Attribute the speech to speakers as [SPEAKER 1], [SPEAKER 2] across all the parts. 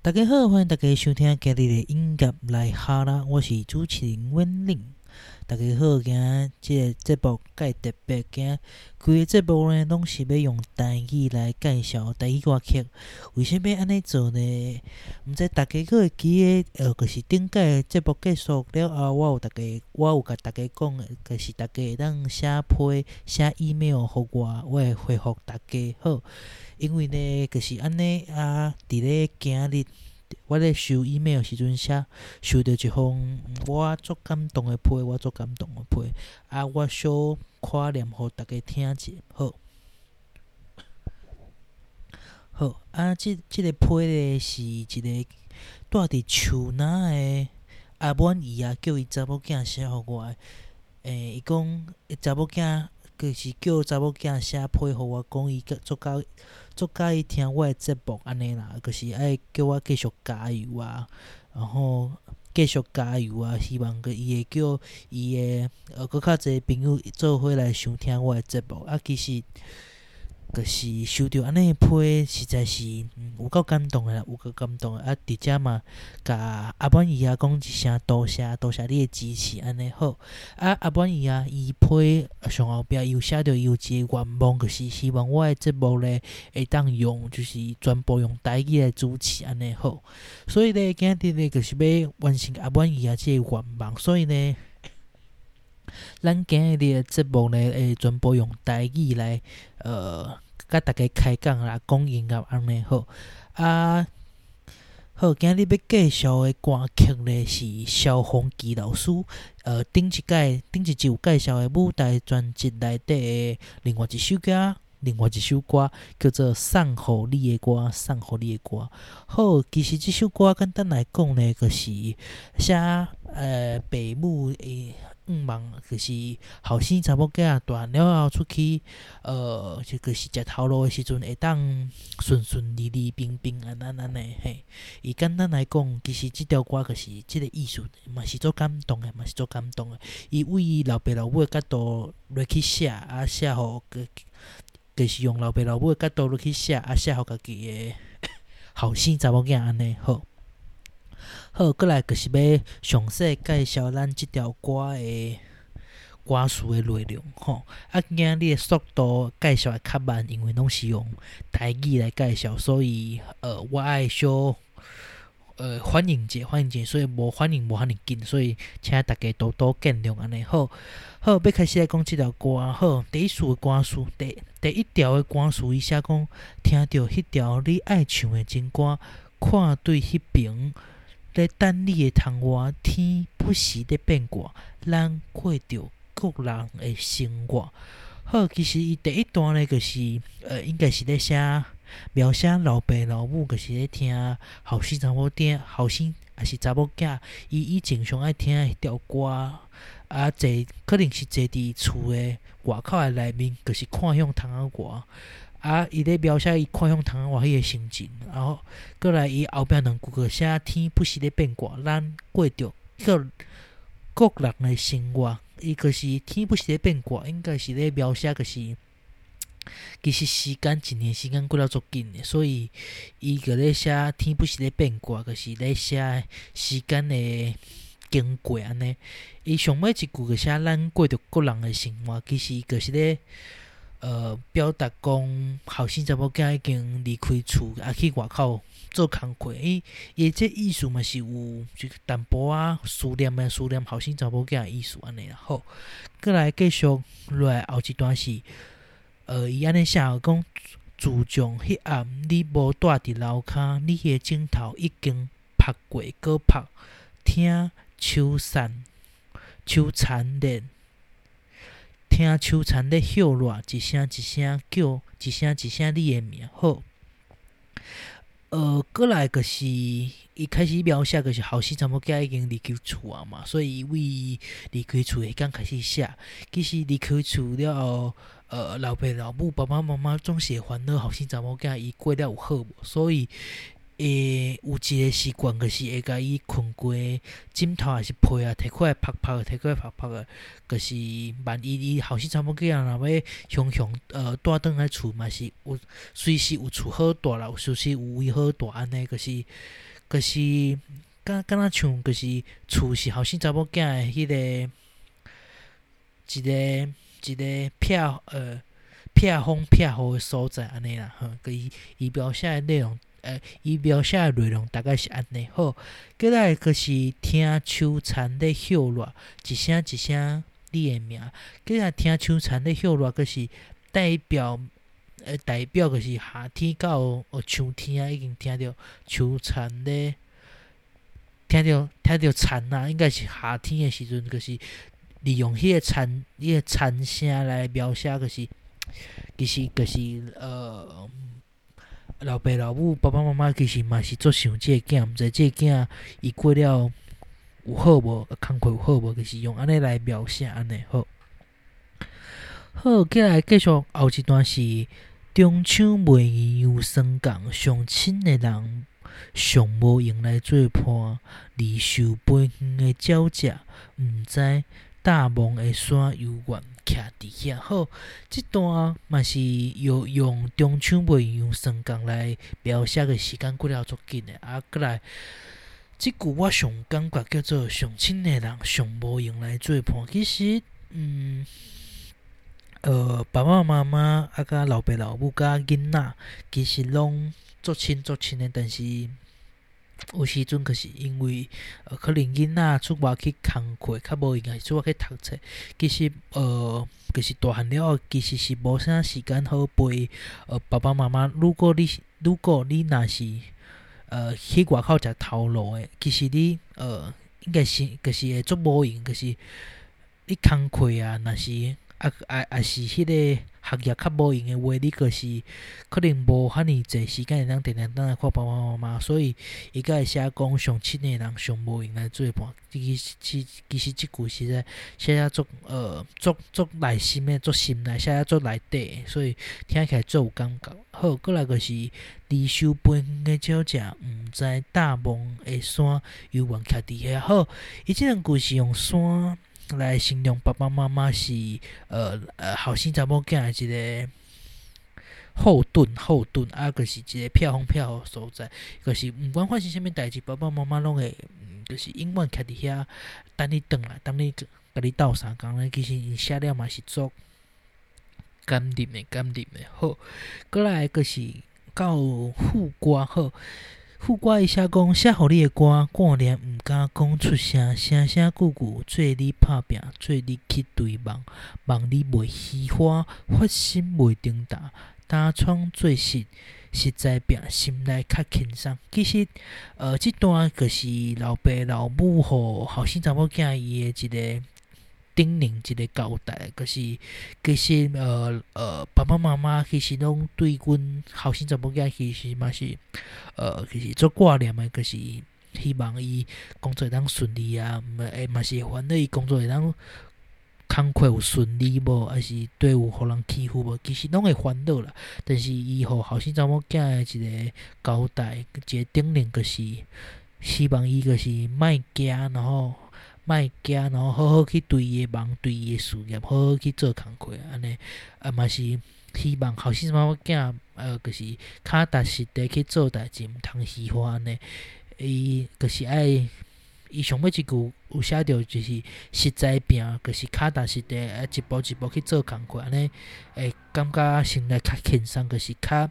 [SPEAKER 1] 大家好，欢迎大家收听今日的音乐来哈啦，我是主持人温令。大家好，今日这个节目介特别，规个节目呢拢是要用台语来介绍台语歌曲。为什么要安尼做呢？毋知大家可会记得，就是顶届节目结束了后，我有甲大家讲的，就是大家会当写批、写 email 互我会回复大家好。因为呢，就是安尼啊，伫咧今日我咧收 email 时阵收到一封我足感动的批，啊，我小看念互大家听者，好啊，即个批咧是一个住伫树林的阿满姨啊，叫伊查某囝写互我的。伊讲查某囝就是叫查某囝写批互我，讲伊足介意听我的节目安尼啦，就是爱叫我继续加油啊，然后继续加油啊，希望伊会叫伊的搁较侪朋友做伙来收听我的节目啊。其实就是收到安尼的批，实在是有够感动的啦，有够感动的啊！伫遮嘛，甲阿满姨啊讲一声多谢你的支持，安尼好啊！阿满姨啊，伊批上后壁又写着伊有一个愿望，就是希望我的节目咧会当用，就是全部用台语来主持，安尼好。所以咧，今日咧就是要完成阿满姨啊这个愿望，所以呢，咱今日的节目呢会全部用台语来甲大家开讲啦，讲音乐安尼好啊。好，今日要介绍的歌曲呢是萧煌奇老师顶一集有介绍的舞台专辑内底的另外一首歌叫做《送互你的歌》。好，其实这首歌简单来讲呢，就是写父母的望，就是后生查某囝大了后出去，就是食头路的时阵会当顺利平安的嘿。伊简单来讲，其实这条歌就是这个意思，嘛是足感动的。伊为伊老爸老母的角度来去写，啊写互就是用老爸老母的角度落去写，啊写互家己的后生查某囝安尼好。好，过来就是要详细介绍咱即条歌的歌词的内容吼。啊，今日的速度介绍会较慢，因为拢是用台语来介绍，所以我爱小反应者，所以无反应无遐尼紧，所以请大家多多见谅安尼好。好，要开始来讲即条歌。好，第一首的歌词，第一条的歌词，伊写讲听着迄条你爱唱的情歌，看对迄边。咧等你的窗外，天不时咧变卦，咱过着各人的生活。好，其实伊第一段咧，就是应该是咧描写老爸老母，就是咧听后生查某囝，后生也是查某囝，伊正常爱听迄条歌，啊，可能是坐伫厝的外口的内面，就是看向窗外。啊，伊咧描写伊看向窗外迄个心情，然后过来伊后壁两句个写天不时咧变卦，咱过着各人的生活。伊就是天不时咧变卦，应该是咧描写就是其实时间一年时间过了足紧的，所以伊个咧写天不时咧变卦，就是咧写时间的经过安尼。伊上尾一句个写咱过着各人的生活，其实就是咧。表达讲后生查某囝已经离开厝，啊去外口做工课。伊这意思嘛是有一淡薄仔思念后生查某囝的意思安尼啦。好，过来继续落来后一段是伊安尼写讲，自从迄暗你无住伫楼骹，你的枕头已经拍过搁拍，听秋蝉咧叫落，一声一声叫，一声你的名。好，过来就是伊开始描写，就是后生查某囝已经离开厝啊嘛，所以伊为离开厝迄天开始写。其实离开厝了后，老爸老母、爸爸妈妈总是会烦恼后生查某囝伊过了有好无，所以有一个习惯，就是会甲伊困过枕头还是被啊，摕过来拍拍的，就是万一伊后生查某囝若要常住转来厝嘛是有随时有厝好住啦，有随时有位好住安尼，就是就是敢若像就是厝是后生查某囝诶迄个一个避风避雨诶所在安尼啦，吼，伊描写诶内容，伊描写诶内容大概是安尼。好，过来就是听秋蝉咧响落，一声一声你诶名。过来听秋蝉咧响落，就是代表就是夏天到秋天啊，已经听着秋蝉咧，听着蝉啊，应该是夏天诶时阵，就是利用迄个蝉声来描写，就是老爸老母爸爸妈妈其实嘛是足想即个囝，毋知即个囝伊过了有好无，工课有好无，就是用安尼来描写安尼好。好，过来继续后一段是中秋袂圆又霜降，相亲的人上无用来做伴，离愁悲远的鸟只，毋知大梦的山犹原徛伫遐。好，即段嘛是用中秋袂圆又霜降来描写的时间过了足紧的。过来，即句我上感觉叫做上亲的人上无用来做伴。其实，爸爸妈妈甲老爸老母甲囡仔，其实拢足亲的，但是有时阵就是因为可能囡仔出外去工课，较无闲，出外去读册，其实就是大汉了后，其实是无啥时间好陪爸爸妈妈。如果你若是去外口食头路的，其实你应该是就是会足无闲，就是你工课啊，若是是迄个学业较无闲的话，你就是可能无遐尼济时间会当定等来看爸爸妈妈，所以伊才会写讲上亲的人上无用来做伴。其实即句实在写啊足内心的，足心内写啊足内底的，所以听起来足有感觉。好，过来就是离愁悲远的鸟只，毋知大梦的山犹原徛伫遐。好，伊即段故事用山来形容爸爸妈妈是后生查某囝的一个后盾，就是一个避风避雨所在，就是毋管发生啥物代志，爸爸妈妈拢会就是永远徛伫遐等你转来，等你甲你斗相共咧。其实伊写了嘛是足感人的。好，过来就是到副歌。好，副歌伊写讲写互你的歌，挂念毋敢讲出声，声声句句做你拍拼，做你去对望，望你袂虚华，发心袂重大，打创做实在拼，心内较轻松。其实即段就是老爸老母互后生查某囝伊的一个叮咛，一个交代，就是其实爸爸妈妈其实拢对阮后生查某囝其实嘛是其实足挂念的，就是希望伊工作会当顺利啊，嘛是会烦恼伊工作会当工课有顺利无，还是对有互人欺负无，其实拢会烦恼啦。但是伊互后生查某囝的一个交代，一个叮咛，就是希望伊就是莫惊，然后好好去对伊的梦，对伊的事业，好好去做工课，安尼嘛是希望后生查某囝就是脚踏实地去做代志，毋通虚华安尼。伊就是爱，伊上尾一句有写着，就是实在拼，就是脚踏实地，一步一步去做工课，安尼会感觉心内较轻松，就是较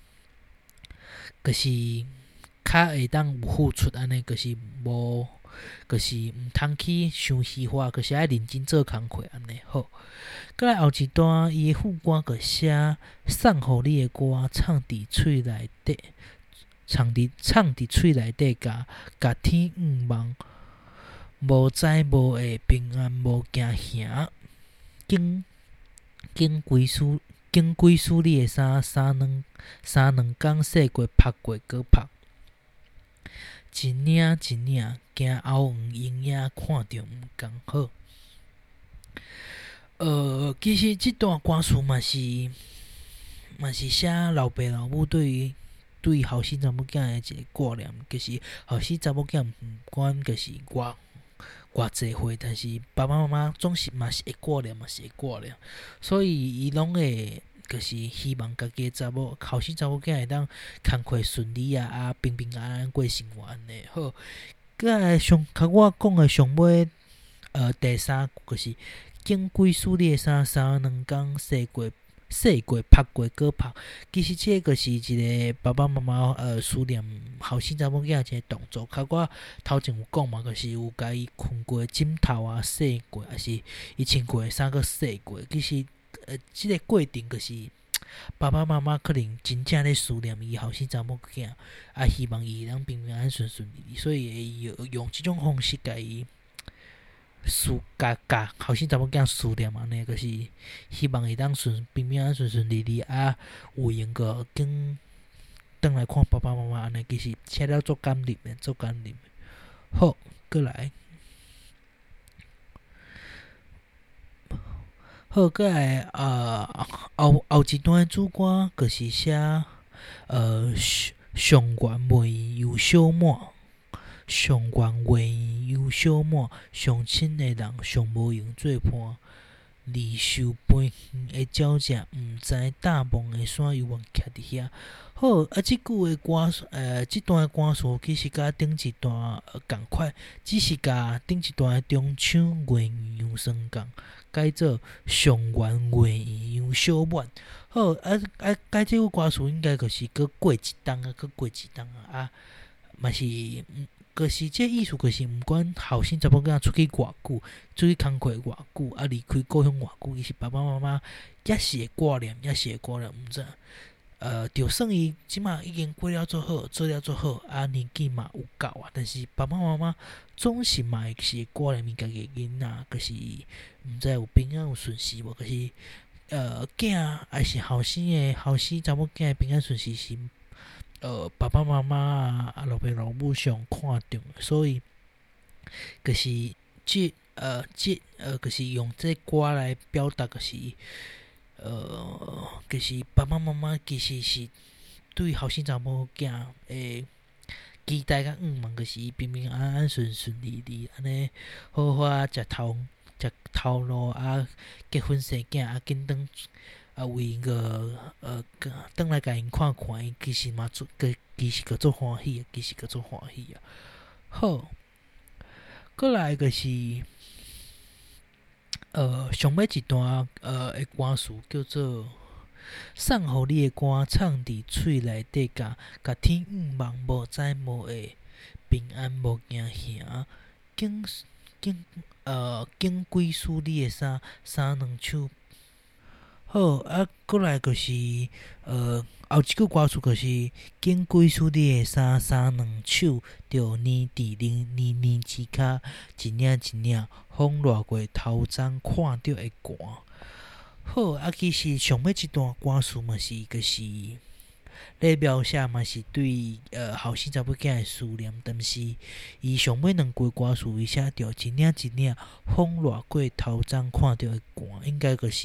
[SPEAKER 1] 会当有付出，安尼就是无。就是毋通去伤虚华，就是爱认真做工课安尼好。过来后一段，伊的副歌个写送互你的歌，唱伫喙内底，唱伫喙内底，甲天望，无灾无祸，平安无惊吓。经归属你的衫，三两工洗过晒过搁晒。一领，惊后黄阴影看着毋共好。其实即段歌词嘛是写老爸老母对后生查某囝的一个挂念，就是后生查某囝毋管就是偌济岁，但是爸爸妈妈总是嘛是会挂念，所以伊拢会就是希望家己查某后生查某囝会当工课顺利啊，平平安安过生活安尼。好，佮来甲我讲的上尾第三句就是经归输你的衫两工洗过拍过搁拍，其实这个是一个爸爸妈妈思念后生查某囝一个动作。甲我头前有讲嘛，就是有甲伊困过枕头啊洗过，还是伊穿过的衫搁洗过。其实即个过程就是爸爸妈妈可能真正咧思念伊后生查某囝，希望伊能平平安安顺顺利利，所以会用即种方式甲伊。甲后生查某囝思念安尼，就是希望会当平平安安顺顺利利有闲个跟转来看爸爸妈妈安尼，其实写了足感人的，足感人的。好，过来，好，过来后一段主歌就是写上元未有小满。上元未有小满，上亲的人上无用做伴。离愁悲远的鸟只，毋知大梦的山犹原徛伫遐。好，即句的歌，即段的歌词其实甲顶一段共款，只是甲顶一段的中唱月圆又霜降，改做上元月圆又小满。好，改即句歌词应该就是搁过一冬啊，搁过一冬啊，嘛是。就是这意思，就是毋管后生查某囝出去偌久，出去工课偌久，离开故乡偌久，其实爸爸妈妈也是会挂念，毋知。就算伊即马已经过了做好，做了做好，年纪嘛有够啊，但是爸爸妈妈总是嘛是挂念伊家己囡仔，就是毋知有平安有顺遂无，就是囝还是后生查某囝平安顺遂是。爸爸妈妈老爸老母上看重，所以就是就是用这歌来表达，就是爸爸妈妈其实是对后生查某囝诶期待甲愿望，就是平平安安顺顺利利安尼好好食头路结婚生囝紧当。为因个转来甲因看，其实嘛其实个做欢喜，好，过来就是上尾一段的歌词叫做送互你的歌，藏伫喙内底，甲天愿望，无知无会平安无惊吓，经几输你的衫两手。好，过来就是后一句歌词就是经几输你的衫两手，着黏伫黏之骹，一领一领，风掠过头鬃看着会寒。好，其实上尾一段歌词嘛是，就是咧描写嘛是对后生查某囝的思念，但是伊上尾两句歌词伊写着一领一领，风掠过头鬃看着会寒，应该就是。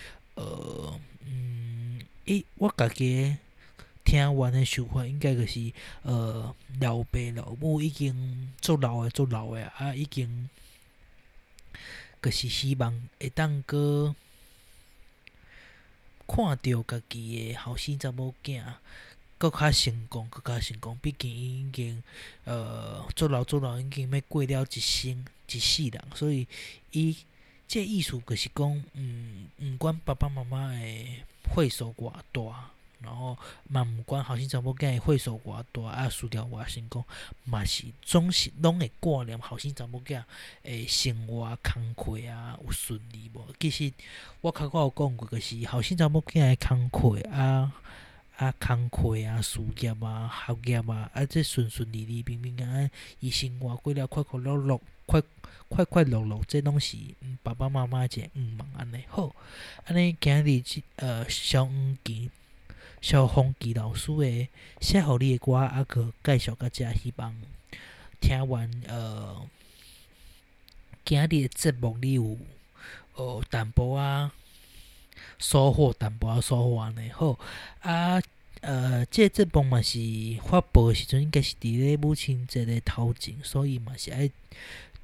[SPEAKER 1] 我家己听完的想法，应该就是老爸老母已经足老的已经就是希望会当个看到家己的后生查某囝搁较成功，毕竟伊已经足老，已经要过了一世人，所以伊。这意思就是讲，毋管爸爸妈妈的岁数偌大，然后嘛毋管后生查某囝的岁数偌大，事业偌成功，嘛是总是拢会挂念后生查某囝的生活工课有顺利无。其实我有讲过，就是后生查某囝的工课工课事业学业这顺利平平安安，伊生活过了快乐，这拢是爸爸妈妈一个愿望安尼。好，安尼今日萧煌奇老师的写互你的歌，去介绍到遮，希望听完今日的节目你有淡薄收获安尼。好这节目嘛是发布的时阵，应该是伫咧母亲节的头前，所以嘛是爱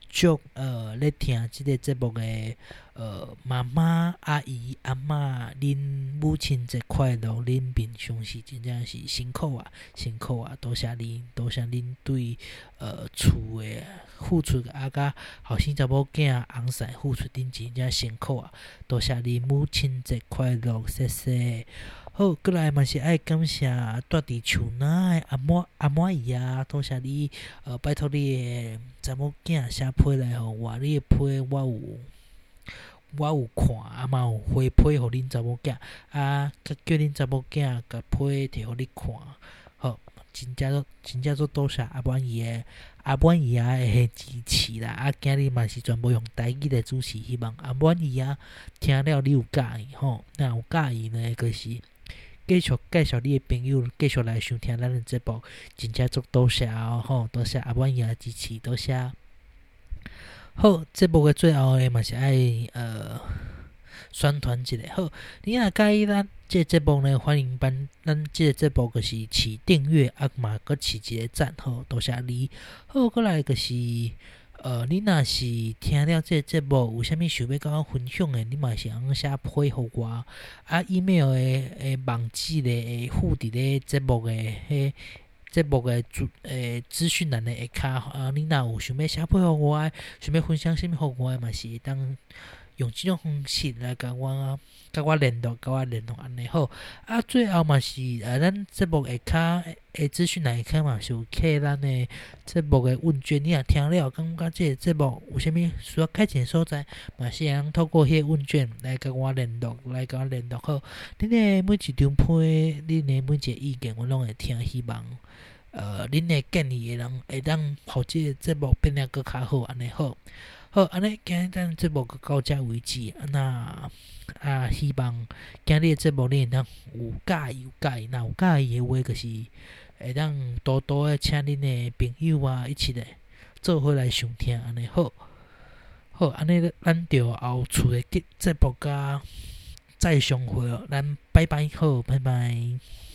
[SPEAKER 1] 祝咧听即个节目诶妈妈、阿姨、阿嬷，恁母亲节快乐！恁平常时真正是辛苦啊，辛苦啊！多谢恁，多谢恁对厝诶付出，甲后生查某囝翁婿付出，恁真正辛苦啊！多谢恁母亲节快乐，谢谢。好，过来嘛是爱感谢住伫厝内诶阿嬷姨啊，多谢你拜托你诶查某囝写批来互我，你诶批我有看，嘛有回批互恁查某囝，甲叫恁查某囝甲批摕互你看。好，真正做多谢阿满姨诶支持啦！今日嘛是全部用台语来主持，希望阿满姨听了你有介意吼，若有介意呢，就是继续介绍你诶朋友继续来收听咱诶节目，真正做多谢吼，多谢阿满姨诶支持，多谢。好，节目嘅最后嘛是爱宣传一下。好，你若介意咱这节目呢，欢迎咱这个节目就是起订阅，嘛搁起一个赞，好，多谢你。好，过来就是你若是听了这个节目，有啥物想要甲我分享的，你嘛是通写批互我，email 的网址咧会附伫咧节目的节目的资讯栏的下骹，你若有想要写批互我，想要分享啥物互我，嘛是当用即种方式来甲我联络，安尼好。最后嘛是咱节目下骹资讯栏下骹嘛是有刻咱的节目的问卷，你若听了感觉即个节目有啥物需要改进的所在，嘛是会通过迄个问卷来甲我联络，好。恁的每一张批，恁的每一个意见，我拢会听，希望恁的建议会当互即个节目变得搁较好，安尼好。好，安尼今日咱节目到这为止。希望今日的节目你会当有介意，若有介意的话，就是会当多多的请恁的朋友一起来做伙来收听，安尼好。好，安尼咱就后厝的节目甲再相会，咱拜拜，好，拜拜。